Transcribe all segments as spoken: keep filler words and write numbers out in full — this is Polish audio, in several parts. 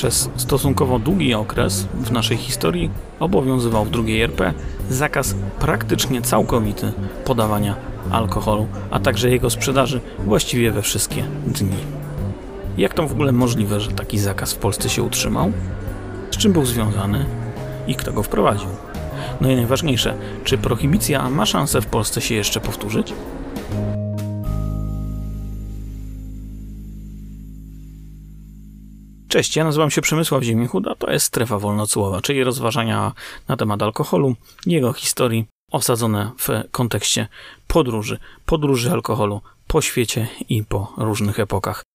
Przez stosunkowo długi okres w naszej historii obowiązywał w drugiej R P zakaz praktycznie całkowity podawania alkoholu, a także jego sprzedaży właściwie we wszystkie dni. Jak to w ogóle możliwe, że taki zakaz w Polsce się utrzymał? Z czym był związany i kto go wprowadził? No i najważniejsze, czy prohibicja ma szansę w Polsce się jeszcze powtórzyć? Cześć, ja nazywam się Przemysław Ziemichud, a to jest Strefa Wolnocłowa, czyli rozważania na temat alkoholu, jego historii, osadzone w kontekście podróży, podróży alkoholu po świecie i po różnych epokach.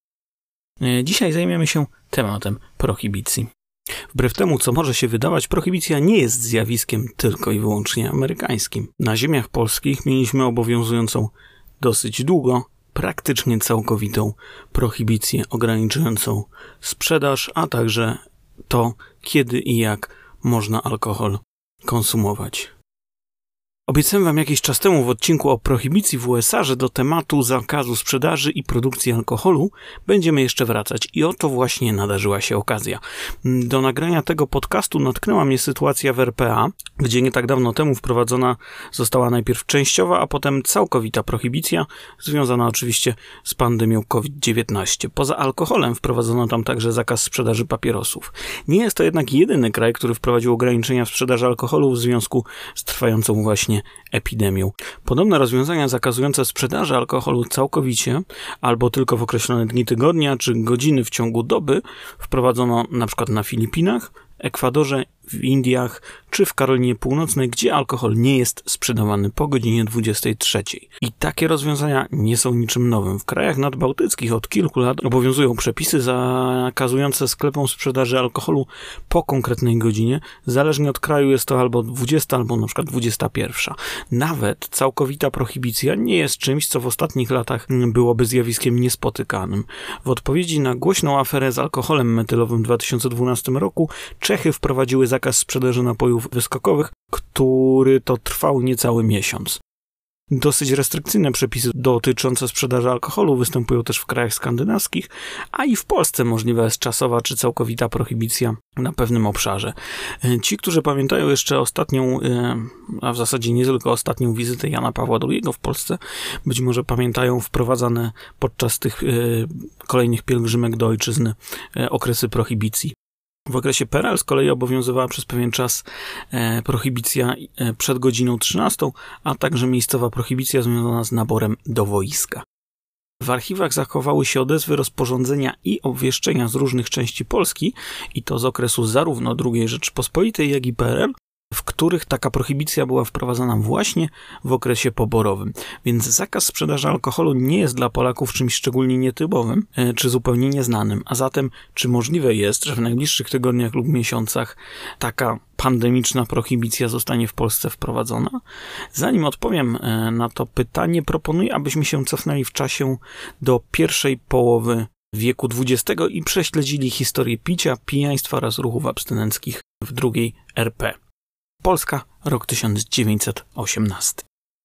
Dzisiaj zajmiemy się tematem prohibicji. Wbrew temu, co może się wydawać, prohibicja nie jest zjawiskiem tylko i wyłącznie amerykańskim. Na ziemiach polskich mieliśmy obowiązującą dosyć długo, praktycznie całkowitą prohibicję ograniczającą sprzedaż, a także to, kiedy i jak można alkohol konsumować. Obiecałem wam jakiś czas temu w odcinku o prohibicji w U S A, że do tematu zakazu sprzedaży i produkcji alkoholu będziemy jeszcze wracać i oto właśnie nadarzyła się okazja. Do nagrania tego podcastu natknęła mnie sytuacja w R P A, gdzie nie tak dawno temu wprowadzona została najpierw częściowa, a potem całkowita prohibicja, związana oczywiście z pandemią COVID dziewiętnaście. Poza alkoholem wprowadzono tam także zakaz sprzedaży papierosów. Nie jest to jednak jedyny kraj, który wprowadził ograniczenia w sprzedaży alkoholu w związku z trwającą właśnie epidemią. Podobne rozwiązania zakazujące sprzedaży alkoholu całkowicie albo tylko w określone dni tygodnia czy godziny w ciągu doby wprowadzono na przykład na Filipinach, Ekwadorze, w Indiach czy w Karolinie Północnej, gdzie alkohol nie jest sprzedawany po godzinie dwudziestej trzeciej. I takie rozwiązania nie są niczym nowym. W krajach nadbałtyckich od kilku lat obowiązują przepisy zakazujące sklepom sprzedaży alkoholu po konkretnej godzinie. Zależnie od kraju jest to albo dwudziesta, albo na przykład dwudziesta pierwsza. Nawet całkowita prohibicja nie jest czymś, co w ostatnich latach byłoby zjawiskiem niespotykanym. W odpowiedzi na głośną aferę z alkoholem metylowym w dwa tysiące dwunastym roku Czechy wprowadziły zakaz sprzedaży napojów wyskokowych, który to trwał niecały miesiąc. Dosyć restrykcyjne przepisy dotyczące sprzedaży alkoholu występują też w krajach skandynawskich, a i w Polsce możliwa jest czasowa czy całkowita prohibicja na pewnym obszarze. Ci, którzy pamiętają jeszcze ostatnią, a w zasadzie nie tylko ostatnią wizytę Jana Pawła drugiego w Polsce, być może pamiętają wprowadzane podczas tych kolejnych pielgrzymek do ojczyzny okresy prohibicji. W okresie P R L z kolei obowiązywała przez pewien czas e, prohibicja e, przed godziną trzynastą, a także miejscowa prohibicja związana z naborem do wojska. W archiwach zachowały się odezwy rozporządzenia i obwieszczenia z różnych części Polski, i to z okresu zarówno drugiej Rzeczypospolitej, jak i P R L, w których taka prohibicja była wprowadzana właśnie w okresie poborowym. Więc zakaz sprzedaży alkoholu nie jest dla Polaków czymś szczególnie nietypowym, czy zupełnie nieznanym. A zatem, czy możliwe jest, że w najbliższych tygodniach lub miesiącach taka pandemiczna prohibicja zostanie w Polsce wprowadzona? Zanim odpowiem na to pytanie, proponuję, abyśmy się cofnęli w czasie do pierwszej połowy wieku dwudziestego i prześledzili historię picia, pijaństwa oraz ruchów abstynenckich w drugiej R P. Polska, rok tysiąc dziewięćset osiemnasty.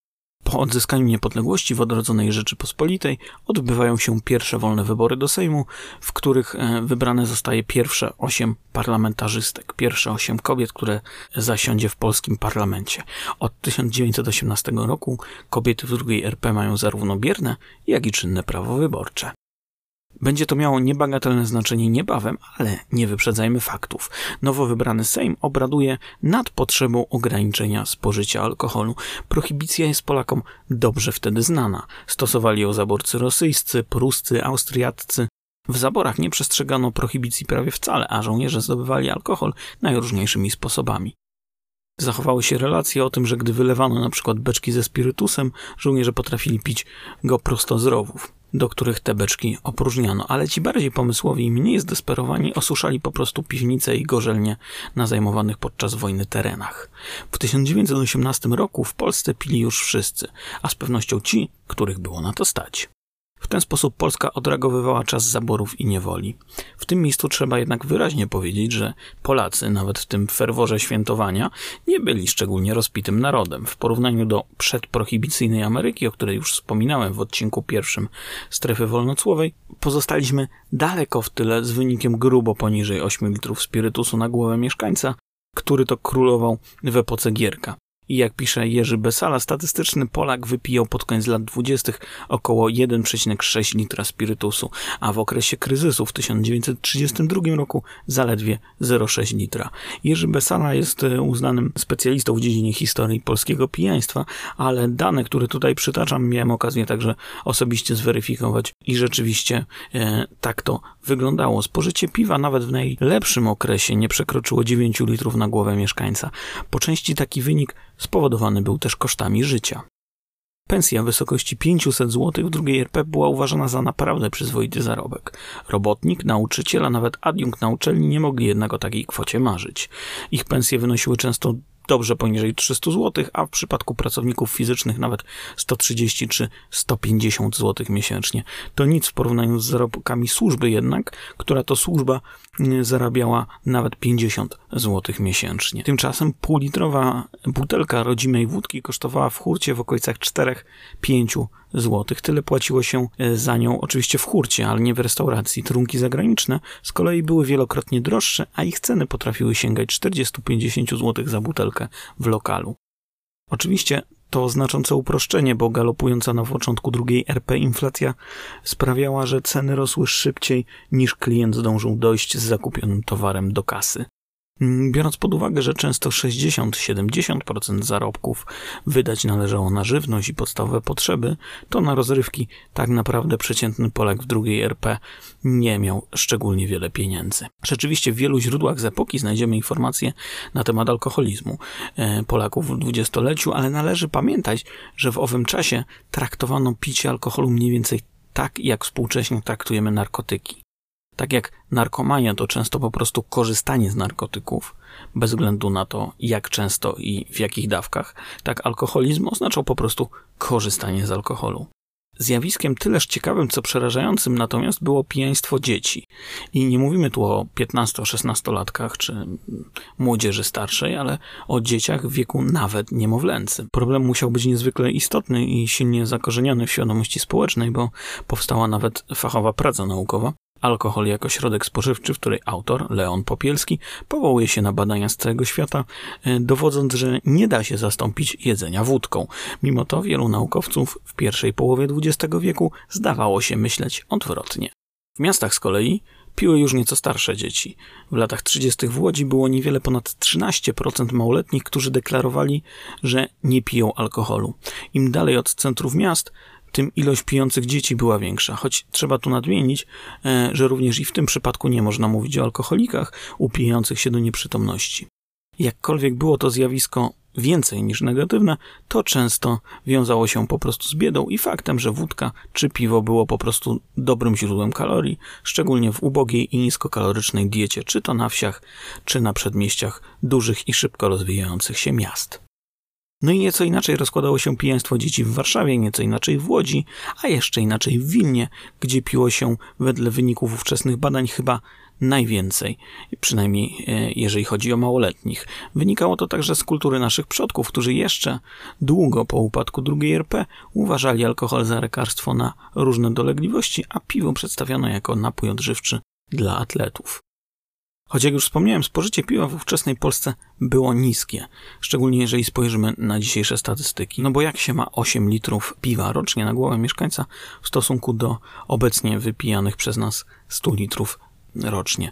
Po odzyskaniu niepodległości w odrodzonej Rzeczypospolitej odbywają się pierwsze wolne wybory do Sejmu, w których wybrane zostaje pierwsze osiem parlamentarzystek, pierwsze osiem kobiet, które zasiądzie w polskim parlamencie. Od tysiąc dziewięćset osiemnastego roku kobiety w drugiej R P mają zarówno bierne, jak i czynne prawo wyborcze. Będzie to miało niebagatelne znaczenie niebawem, ale nie wyprzedzajmy faktów. Nowo wybrany Sejm obraduje nad potrzebą ograniczenia spożycia alkoholu. Prohibicja jest Polakom dobrze wtedy znana. Stosowali ją zaborcy rosyjscy, pruscy, austriaccy. W zaborach nie przestrzegano prohibicji prawie wcale, a żołnierze zdobywali alkohol najróżniejszymi sposobami. Zachowały się relacje o tym, że gdy wylewano na przykład beczki ze spirytusem, żołnierze potrafili pić go prosto z rowów, do których te beczki opróżniano, ale ci bardziej pomysłowi i mniej zdesperowani osuszali po prostu piwnice i gorzelnie na zajmowanych podczas wojny terenach. W tysiąc dziewięćset osiemnastym roku w Polsce pili już wszyscy, a z pewnością ci, których było na to stać. W ten sposób Polska odreagowywała czas zaborów i niewoli. W tym miejscu trzeba jednak wyraźnie powiedzieć, że Polacy, nawet w tym ferworze świętowania, nie byli szczególnie rozpitym narodem. W porównaniu do przedprohibicyjnej Ameryki, o której już wspominałem w odcinku pierwszym Strefy Wolnocłowej, pozostaliśmy daleko w tyle z wynikiem grubo poniżej ośmiu litrów spirytusu na głowę mieszkańca, który to królował w epoce Gierka. I jak pisze Jerzy Besala, statystyczny Polak wypijał pod koniec lat dwudziestych około jeden przecinek sześć litra spirytusu, a w okresie kryzysu w tysiąc dziewięćset trzydziestym drugim roku zaledwie zero przecinek sześć litra. Jerzy Besala jest uznanym specjalistą w dziedzinie historii polskiego pijaństwa, ale dane, które tutaj przytaczam, miałem okazję także osobiście zweryfikować i rzeczywiście e, tak to wyglądało. Spożycie piwa nawet w najlepszym okresie nie przekroczyło dziewięć litrów na głowę mieszkańca. Po części taki wynik spowodowany był też kosztami życia. Pensja w wysokości pięćset złotych w drugiej R P była uważana za naprawdę przyzwoity zarobek. Robotnik, nauczyciel, a nawet adiunkt na uczelni nie mogli jednak o takiej kwocie marzyć. Ich pensje wynosiły często dobrze poniżej trzysta złotych, a w przypadku pracowników fizycznych nawet sto trzydzieści czy sto pięćdziesiąt złotych miesięcznie. To nic w porównaniu z zarobkami służby jednak, która to służba zarabiała nawet pięćdziesiąt złotych miesięcznie. Tymczasem półlitrowa butelka rodzimej wódki kosztowała w hurcie w okolicach cztery do pięciu złotych. Tyle płaciło się za nią oczywiście w hurcie, ale nie w restauracji. Trunki zagraniczne z kolei były wielokrotnie droższe, a ich ceny potrafiły sięgać czterdzieści do pięćdziesięciu złotych za butelkę w lokalu. Oczywiście to znaczące uproszczenie, bo galopująca na początku drugiej R P inflacja sprawiała, że ceny rosły szybciej niż klient zdążył dojść z zakupionym towarem do kasy. Biorąc pod uwagę, że często sześćdziesiąt do siedemdziesięciu procent zarobków wydać należało na żywność i podstawowe potrzeby, to na rozrywki tak naprawdę przeciętny Polak w drugiej R P nie miał szczególnie wiele pieniędzy. Rzeczywiście w wielu źródłach z epoki znajdziemy informacje na temat alkoholizmu Polaków w dwudziestoleciu, ale należy pamiętać, że w owym czasie traktowano picie alkoholu mniej więcej tak, jak współcześnie traktujemy narkotyki. Tak jak narkomania to często po prostu korzystanie z narkotyków, bez względu na to, jak często i w jakich dawkach, tak alkoholizm oznaczał po prostu korzystanie z alkoholu. Zjawiskiem tyleż ciekawym, co przerażającym natomiast było pijaństwo dzieci. I nie mówimy tu o piętnasto-szesnastolatkach czy młodzieży starszej, ale o dzieciach w wieku nawet niemowlęcym. Problem musiał być niezwykle istotny i silnie zakorzeniony w świadomości społecznej, bo powstała nawet fachowa praca naukowa Alkohol jako środek spożywczy, w której autor, Leon Popielski, powołuje się na badania z całego świata, dowodząc, że nie da się zastąpić jedzenia wódką. Mimo to wielu naukowców w pierwszej połowie dwudziestego wieku zdawało się myśleć odwrotnie. W miastach z kolei piły już nieco starsze dzieci. W latach trzydziestych w Łodzi było niewiele ponad trzynaście procent małoletnich, którzy deklarowali, że nie piją alkoholu. Im dalej od centrów miast, tym ilość pijących dzieci była większa, choć trzeba tu nadmienić, że również i w tym przypadku nie można mówić o alkoholikach upijających się do nieprzytomności. Jakkolwiek było to zjawisko więcej niż negatywne, to często wiązało się po prostu z biedą i faktem, że wódka czy piwo było po prostu dobrym źródłem kalorii, szczególnie w ubogiej i niskokalorycznej diecie, czy to na wsiach, czy na przedmieściach dużych i szybko rozwijających się miast. No i nieco inaczej rozkładało się pijaństwo dzieci w Warszawie, nieco inaczej w Łodzi, a jeszcze inaczej w Wilnie, gdzie piło się wedle wyników ówczesnych badań chyba najwięcej, przynajmniej jeżeli chodzi o małoletnich. Wynikało to także z kultury naszych przodków, którzy jeszcze długo po upadku drugiej R P uważali alkohol za lekarstwo na różne dolegliwości, a piwo przedstawiano jako napój odżywczy dla atletów. Choć jak już wspomniałem, spożycie piwa w ówczesnej Polsce było niskie, szczególnie jeżeli spojrzymy na dzisiejsze statystyki. No bo jak się ma osiem litrów piwa rocznie na głowę mieszkańca w stosunku do obecnie wypijanych przez nas stu litrów rocznie?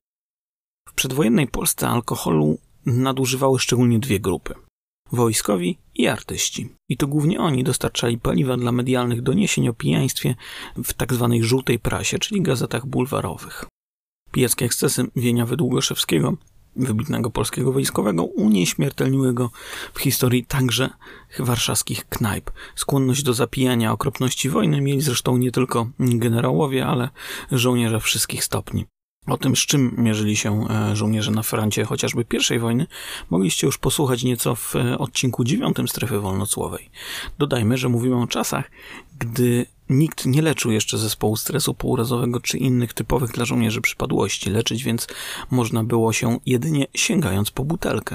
W przedwojennej Polsce alkoholu nadużywały szczególnie dwie grupy. Wojskowi i artyści. I to głównie oni dostarczali paliwa dla medialnych doniesień o pijaństwie w tak zwanej żółtej prasie, czyli gazetach bulwarowych. Pijackie ekscesy Wieniawy Długoszewskiego, wybitnego polskiego wojskowego, unieśmiertelniły go w historii także warszawskich knajp. Skłonność do zapijania, okropności wojny mieli zresztą nie tylko generałowie, ale żołnierze wszystkich stopni. O tym, z czym mierzyli się żołnierze na froncie chociażby pierwszej wojny, mogliście już posłuchać nieco w odcinku dziewiątym Strefy Wolnocłowej. Dodajmy, że mówimy o czasach, gdy nikt nie leczył jeszcze zespołu stresu pourazowego czy innych typowych dla żołnierzy przypadłości. Leczyć więc można było się jedynie sięgając po butelkę.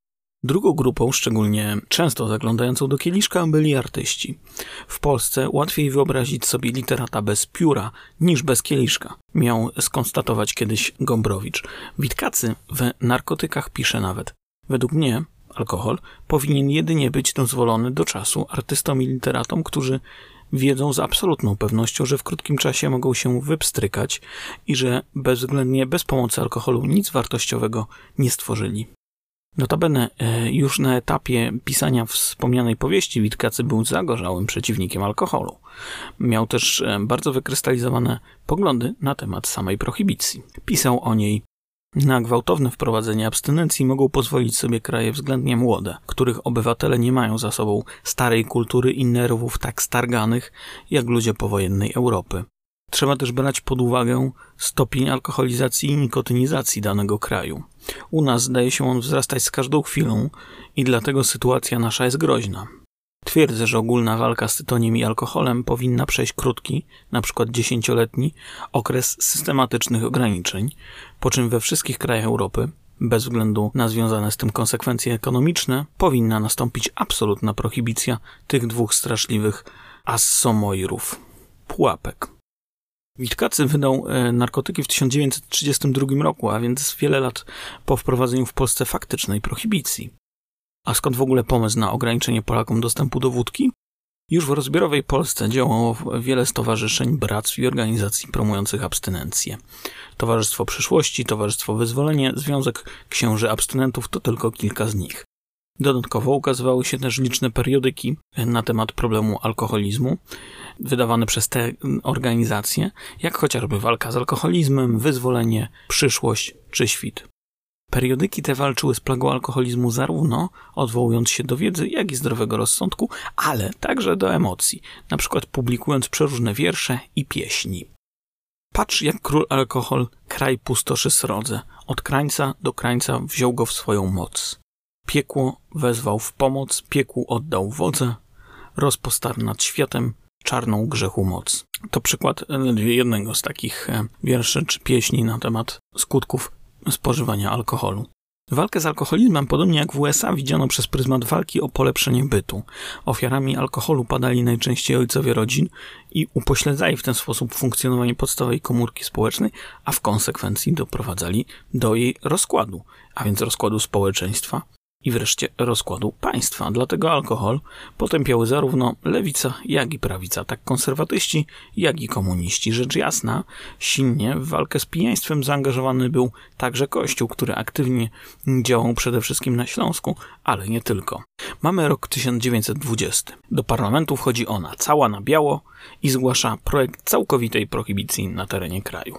Drugą grupą, szczególnie często zaglądającą do kieliszka, byli artyści. W Polsce łatwiej wyobrazić sobie literata bez pióra niż bez kieliszka. Miał skonstatować kiedyś Gombrowicz. Witkacy w Narkotykach pisze nawet: według mnie alkohol powinien jedynie być dozwolony do czasu artystom i literatom, którzy wiedzą z absolutną pewnością, że w krótkim czasie mogą się wypstrykać i że bezwzględnie bez pomocy alkoholu nic wartościowego nie stworzyli. Notabene już na etapie pisania wspomnianej powieści Witkacy był zagorzałym przeciwnikiem alkoholu. Miał też bardzo wykrystalizowane poglądy na temat samej prohibicji. Pisał o niej: na gwałtowne wprowadzenie abstynencji mogą pozwolić sobie kraje względnie młode, których obywatele nie mają za sobą starej kultury i nerwów tak starganych jak ludzie powojennej Europy. Trzeba też brać pod uwagę stopień alkoholizacji i nikotynizacji danego kraju. U nas zdaje się on wzrastać z każdą chwilą i dlatego sytuacja nasza jest groźna. Twierdzę, że ogólna walka z tytoniem i alkoholem powinna przejść krótki, na przykład dziesięcioletni, okres systematycznych ograniczeń, po czym we wszystkich krajach Europy, bez względu na związane z tym konsekwencje ekonomiczne, powinna nastąpić absolutna prohibicja tych dwóch straszliwych assomoirów, pułapek. Witkacy wydał e, Narkotyki w tysiąc dziewięćset trzydziestym drugim roku, a więc wiele lat po wprowadzeniu w Polsce faktycznej prohibicji. A skąd w ogóle pomysł na ograniczenie Polakom dostępu do wódki? Już w rozbiorowej Polsce działało wiele stowarzyszeń, bractw i organizacji promujących abstynencję. Towarzystwo Przyszłości, Towarzystwo Wyzwolenie, Związek Księży Abstynentów to tylko kilka z nich. Dodatkowo ukazywały się też liczne periodyki na temat problemu alkoholizmu, wydawane przez te organizacje, jak chociażby Walka z alkoholizmem, Wyzwolenie, Przyszłość czy Świt. Periodyki te walczyły z plagą alkoholizmu zarówno odwołując się do wiedzy, jak i zdrowego rozsądku, ale także do emocji, na przykład publikując przeróżne wiersze i pieśni. Patrz, jak król alkohol kraj pustoszy srodze, od krańca do krańca wziął go w swoją moc. Piekło wezwał w pomoc, piekłu oddał wodze, rozpostarł nad światem czarną grzechu moc. To przykład jednego z takich wierszy czy pieśni na temat skutków spożywania alkoholu. Walkę z alkoholizmem, podobnie jak w U S A, widziano przez pryzmat walki o polepszenie bytu. Ofiarami alkoholu padali najczęściej ojcowie rodzin i upośledzali w ten sposób funkcjonowanie podstawowej komórki społecznej, a w konsekwencji doprowadzali do jej rozkładu, a więc rozkładu społeczeństwa i wreszcie rozkładu państwa. Dlatego alkohol potępiały zarówno lewica, jak i prawica, tak konserwatyści, jak i komuniści. Rzecz jasna, silnie w walkę z pijaństwem zaangażowany był także Kościół, który aktywnie działał przede wszystkim na Śląsku, ale nie tylko. Mamy rok tysiąc dziewięćset dwudziesty. Do parlamentu wchodzi ona, cała na biało, i zgłasza projekt całkowitej prohibicji na terenie kraju.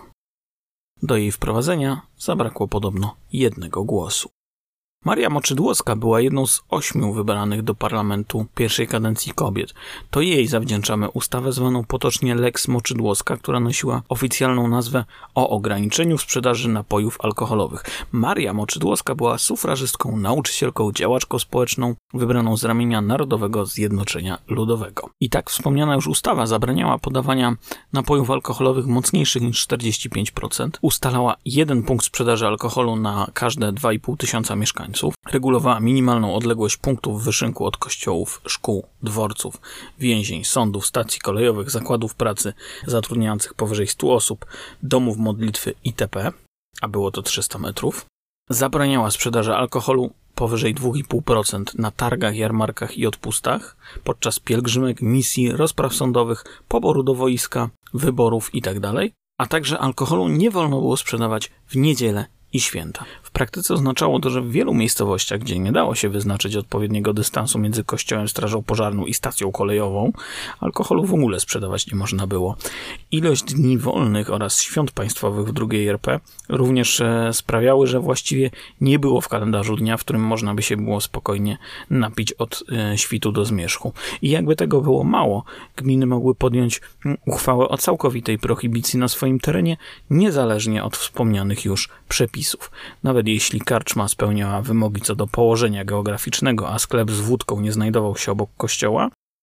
Do jej wprowadzenia zabrakło podobno jednego głosu. Maria Moczydłowska była jedną z ośmiu wybranych do parlamentu pierwszej kadencji kobiet. To jej zawdzięczamy ustawę zwaną potocznie Lex Moczydłowska, która nosiła oficjalną nazwę o ograniczeniu sprzedaży napojów alkoholowych. Maria Moczydłowska była sufrażystką, nauczycielką, działaczką społeczną, wybraną z ramienia Narodowego Zjednoczenia Ludowego. I tak wspomniana już ustawa zabraniała podawania napojów alkoholowych mocniejszych niż czterdzieści pięć procent, ustalała jeden punkt sprzedaży alkoholu na każde dwa i pół tysiąca mieszkańców, regulowała minimalną odległość punktów wyszynku od kościołów, szkół, dworców, więzień, sądów, stacji kolejowych, zakładów pracy zatrudniających powyżej stu osób, domów modlitwy itp., a było to trzysta metrów. Zabraniała sprzedaży alkoholu powyżej dwa i pół procent na targach, jarmarkach i odpustach, podczas pielgrzymek, misji, rozpraw sądowych, poboru do wojska, wyborów itd., a także alkoholu nie wolno było sprzedawać w niedzielę i święta. W praktyce oznaczało to, że w wielu miejscowościach, gdzie nie dało się wyznaczyć odpowiedniego dystansu między kościołem, strażą pożarną i stacją kolejową, alkoholu w ogóle sprzedawać nie można było. Ilość dni wolnych oraz świąt państwowych w drugiej R P również sprawiały, że właściwie nie było w kalendarzu dnia, w którym można by się było spokojnie napić od e, świtu do zmierzchu. I jakby tego było mało, gminy mogły podjąć uchwałę o całkowitej prohibicji na swoim terenie, niezależnie od wspomnianych już przepisów. Nawet jeśli karczma spełniała wymogi co do położenia geograficznego, a sklep z wódką nie znajdował się obok kościoła,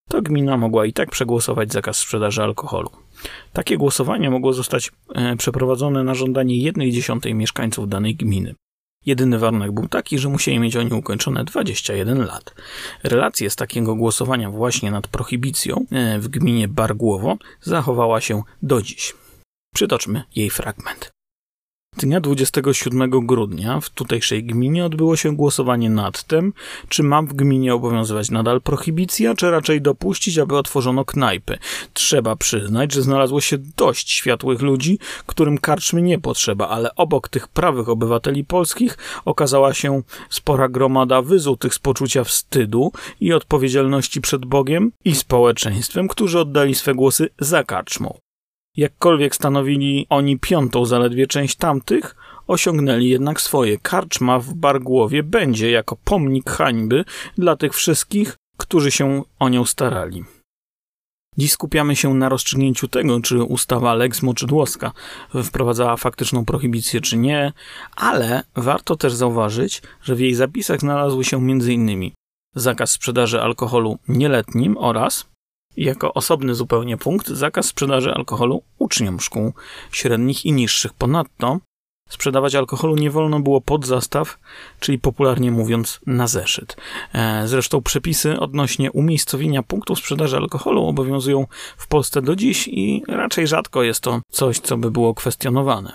to gmina mogła i tak przegłosować zakaz sprzedaży alkoholu. Takie głosowanie mogło zostać e, przeprowadzone na żądanie jednej dziesiątej mieszkańców danej gminy. Jedyny warunek był taki, że musieli mieć oni ukończone dwadzieścia jeden lat. Relacje z takiego głosowania właśnie nad prohibicją e, w gminie Bargłowo zachowała się do dziś. Przytoczmy jej fragment. Dnia dwudziestego siódmego grudnia w tutejszej gminie odbyło się głosowanie nad tym, czy ma w gminie obowiązywać nadal prohibicja, czy raczej dopuścić, aby otworzono knajpy. Trzeba przyznać, że znalazło się dość światłych ludzi, którym karczmy nie potrzeba, ale obok tych prawych obywateli polskich okazała się spora gromada wyzutych z poczucia wstydu i odpowiedzialności przed Bogiem i społeczeństwem, którzy oddali swe głosy za karczmą. Jakkolwiek stanowili oni piątą zaledwie część tamtych, osiągnęli jednak swoje. Karczma w Bargłowie będzie jako pomnik hańby dla tych wszystkich, którzy się o nią starali. Dziś skupiamy się na rozstrzygnięciu tego, czy ustawa Lex Moczydłowska wprowadzała faktyczną prohibicję, czy nie, ale warto też zauważyć, że w jej zapisach znalazły się między innymi zakaz sprzedaży alkoholu nieletnim oraz jako osobny zupełnie punkt zakaz sprzedaży alkoholu uczniom szkół średnich i niższych. Ponadto sprzedawać alkoholu nie wolno było pod zastaw, czyli popularnie mówiąc na zeszyt. Zresztą przepisy odnośnie umiejscowienia punktów sprzedaży alkoholu obowiązują w Polsce do dziś i raczej rzadko jest to coś, co by było kwestionowane.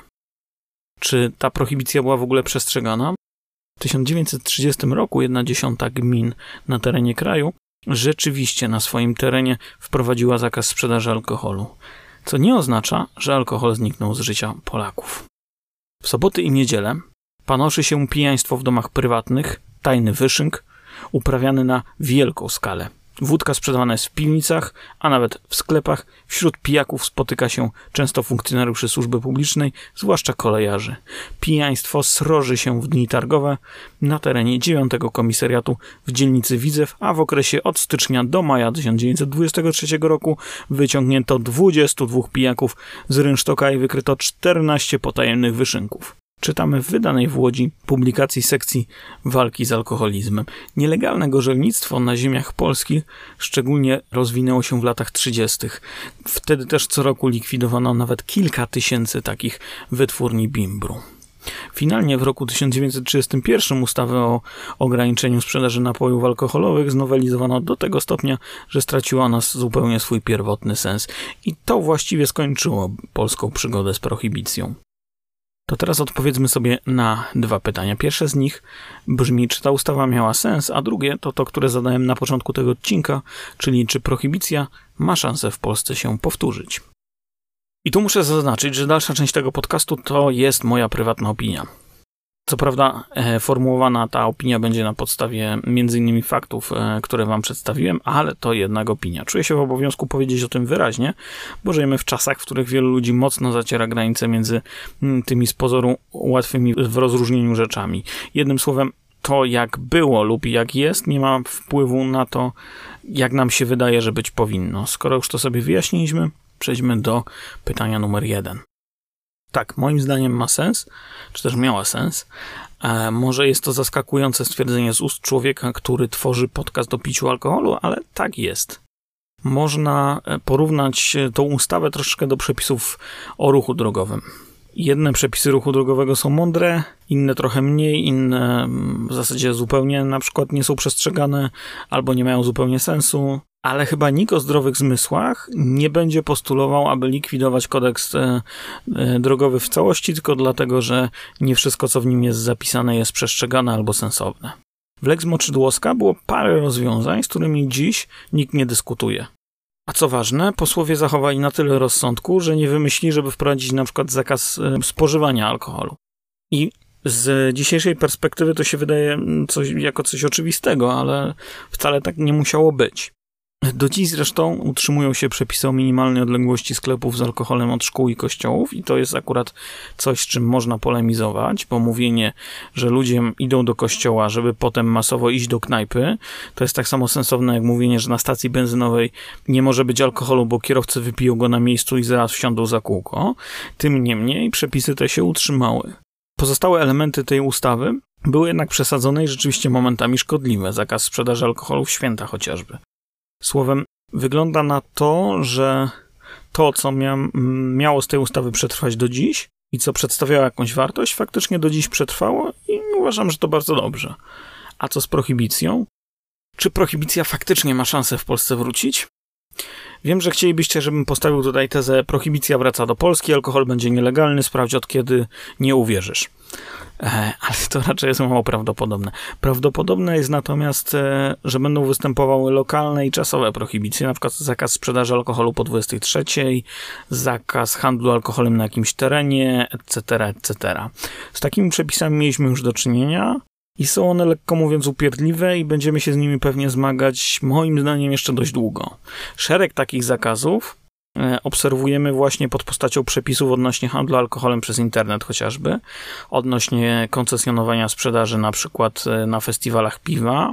Czy ta prohibicja była w ogóle przestrzegana? W tysiąc dziewięćset trzydziestym roku jedna dziesiąta gmin na terenie kraju rzeczywiście na swoim terenie wprowadziła zakaz sprzedaży alkoholu, co nie oznacza, że alkohol zniknął z życia Polaków. W soboty i niedzielę panoszy się pijaństwo w domach prywatnych, tajny wyszynk, uprawiany na wielką skalę. Wódka sprzedawana jest w piwnicach, a nawet w sklepach. Wśród pijaków spotyka się często funkcjonariuszy służby publicznej, zwłaszcza kolejarzy. Pijaństwo sroży się w dni targowe na terenie dziewiątego komisariatu w dzielnicy Widzew, a w okresie od stycznia do maja tysiąc dziewięćset dwudziestego trzeciego roku wyciągnięto dwudziestu dwóch pijaków z rynsztoka i wykryto czternaście potajemnych wyszynków. Czytamy w wydanej w Łodzi publikacji sekcji walki z alkoholizmem. Nielegalne gorzelnictwo na ziemiach polskich szczególnie rozwinęło się w latach trzydziestych. Wtedy też co roku likwidowano nawet kilka tysięcy takich wytwórni bimbru. Finalnie w roku tysiąc dziewięćset trzydziestym pierwszym ustawę o ograniczeniu sprzedaży napojów alkoholowych znowelizowano do tego stopnia, że straciła ona zupełnie swój pierwotny sens. I to właściwie skończyło polską przygodę z prohibicją. To teraz odpowiedzmy sobie na dwa pytania. Pierwsze z nich brzmi, czy ta ustawa miała sens, a drugie to to, które zadałem na początku tego odcinka, czyli czy prohibicja ma szansę w Polsce się powtórzyć. I tu muszę zaznaczyć, że dalsza część tego podcastu to jest moja prywatna opinia. Co prawda e, formułowana ta opinia będzie na podstawie między innymi faktów, e, które wam przedstawiłem, ale to jednak opinia. Czuję się w obowiązku powiedzieć o tym wyraźnie, bo żyjemy w czasach, w których wielu ludzi mocno zaciera granice między m, tymi z pozoru łatwymi w rozróżnieniu rzeczami. Jednym słowem, to jak było lub jak jest nie ma wpływu na to, jak nam się wydaje, że być powinno. Skoro już to sobie wyjaśniliśmy, przejdźmy do pytania numer jeden. Tak, moim zdaniem ma sens, czy też miała sens. E, może jest to zaskakujące stwierdzenie z ust człowieka, który tworzy podcast o piciu alkoholu, ale tak jest. Można porównać tą ustawę troszeczkę do przepisów o ruchu drogowym. Jedne przepisy ruchu drogowego są mądre, inne trochę mniej, inne w zasadzie zupełnie na przykład nie są przestrzegane albo nie mają zupełnie sensu. Ale chyba nikt o zdrowych zmysłach nie będzie postulował, aby likwidować kodeks e, e, drogowy w całości, tylko dlatego, że nie wszystko, co w nim jest zapisane, jest przestrzegane albo sensowne. W Lex Moczydłowska było parę rozwiązań, z którymi dziś nikt nie dyskutuje. A co ważne, posłowie zachowali na tyle rozsądku, że nie wymyślili, żeby wprowadzić na przykład zakaz e, spożywania alkoholu. I z dzisiejszej perspektywy to się wydaje coś, jako coś oczywistego, ale wcale tak nie musiało być. Do dziś zresztą utrzymują się przepisy o minimalnej odległości sklepów z alkoholem od szkół i kościołów i to jest akurat coś, z czym można polemizować, bo mówienie, że ludzie idą do kościoła, żeby potem masowo iść do knajpy, to jest tak samo sensowne jak mówienie, że na stacji benzynowej nie może być alkoholu, bo kierowcy wypiją go na miejscu i zaraz wsiądą za kółko. Tym niemniej przepisy te się utrzymały. Pozostałe elementy tej ustawy były jednak przesadzone i rzeczywiście momentami szkodliwe. Zakaz sprzedaży alkoholu w święta chociażby. Słowem, Wygląda na to, że to, co mia miało z tej ustawy przetrwać do dziś i co przedstawiało jakąś wartość, faktycznie do dziś przetrwało i uważam, że to bardzo dobrze. A co z prohibicją? Czy prohibicja faktycznie ma szansę w Polsce wrócić? Wiem, że chcielibyście, żebym postawił tutaj tezę prohibicja wraca do Polski, alkohol będzie nielegalny, sprawdź od kiedy, nie uwierzysz. E, ale to raczej jest mało prawdopodobne. Prawdopodobne jest natomiast, e, że będą występowały lokalne i czasowe prohibicje, na przykład zakaz sprzedaży alkoholu po dwudziestej trzeciej, zakaz handlu alkoholem na jakimś terenie, et cetera, et cetera. Z takimi przepisami mieliśmy już do czynienia i są one, lekko mówiąc, upierdliwe i będziemy się z nimi pewnie zmagać, moim zdaniem, jeszcze dość długo. Szereg takich zakazów obserwujemy właśnie pod postacią przepisów odnośnie handlu alkoholem przez internet chociażby, odnośnie koncesjonowania sprzedaży na przykład na festiwalach piwa.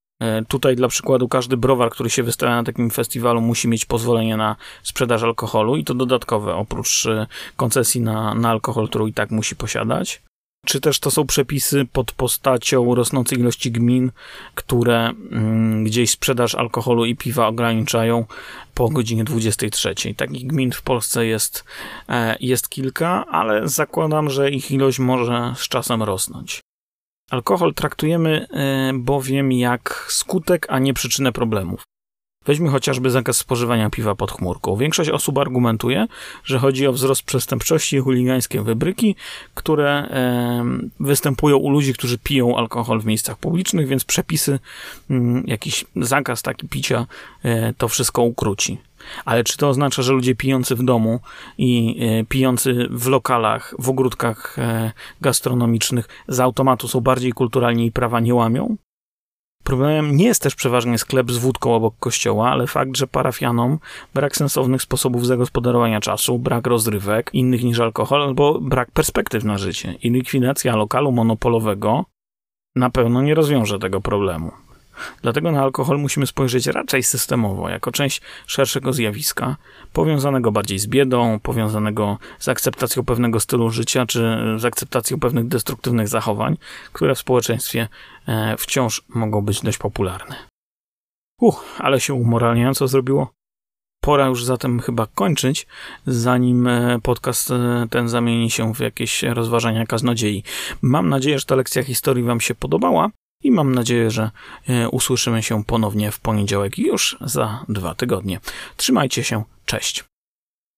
Tutaj dla przykładu każdy browar, który się wystawia na takim festiwalu, musi mieć pozwolenie na sprzedaż alkoholu i to dodatkowe oprócz koncesji na, na alkohol, którą i tak musi posiadać. Czy też to są przepisy pod postacią rosnącej ilości gmin, które mm, gdzieś sprzedaż alkoholu i piwa ograniczają po godzinie dwudziestej trzeciej. Takich gmin w Polsce jest, e, jest kilka, ale zakładam, że ich ilość może z czasem rosnąć. Alkohol traktujemy e, bowiem jak skutek, a nie przyczynę problemów. Weźmy chociażby zakaz spożywania piwa pod chmurką. Większość osób argumentuje, że chodzi o wzrost przestępczości i chuligańskie wybryki, które e, występują u ludzi, którzy piją alkohol w miejscach publicznych, więc przepisy, m, jakiś zakaz taki picia e, to wszystko ukróci. Ale czy to oznacza, że ludzie pijący w domu i e, pijący w lokalach, w ogródkach e, gastronomicznych z automatu są bardziej kulturalni i prawa nie łamią? Problemem nie jest też przeważnie sklep z wódką obok kościoła, ale fakt, że parafianom brak sensownych sposobów zagospodarowania czasu, brak rozrywek innych niż alkohol albo brak perspektyw na życie i likwidacja lokalu monopolowego na pewno nie rozwiąże tego problemu. Dlatego na alkohol musimy spojrzeć raczej systemowo, jako część szerszego zjawiska, powiązanego bardziej z biedą, powiązanego z akceptacją pewnego stylu życia, czy z akceptacją pewnych destruktywnych zachowań, które w społeczeństwie wciąż mogą być dość popularne. Uch, ale się umoralniająco zrobiło. Pora już zatem chyba kończyć, zanim podcast ten zamieni się w jakieś rozważania kaznodziei. Mam nadzieję, że ta lekcja historii wam się podobała. I mam nadzieję, że usłyszymy się ponownie w poniedziałek już za dwa tygodnie. Trzymajcie się, cześć.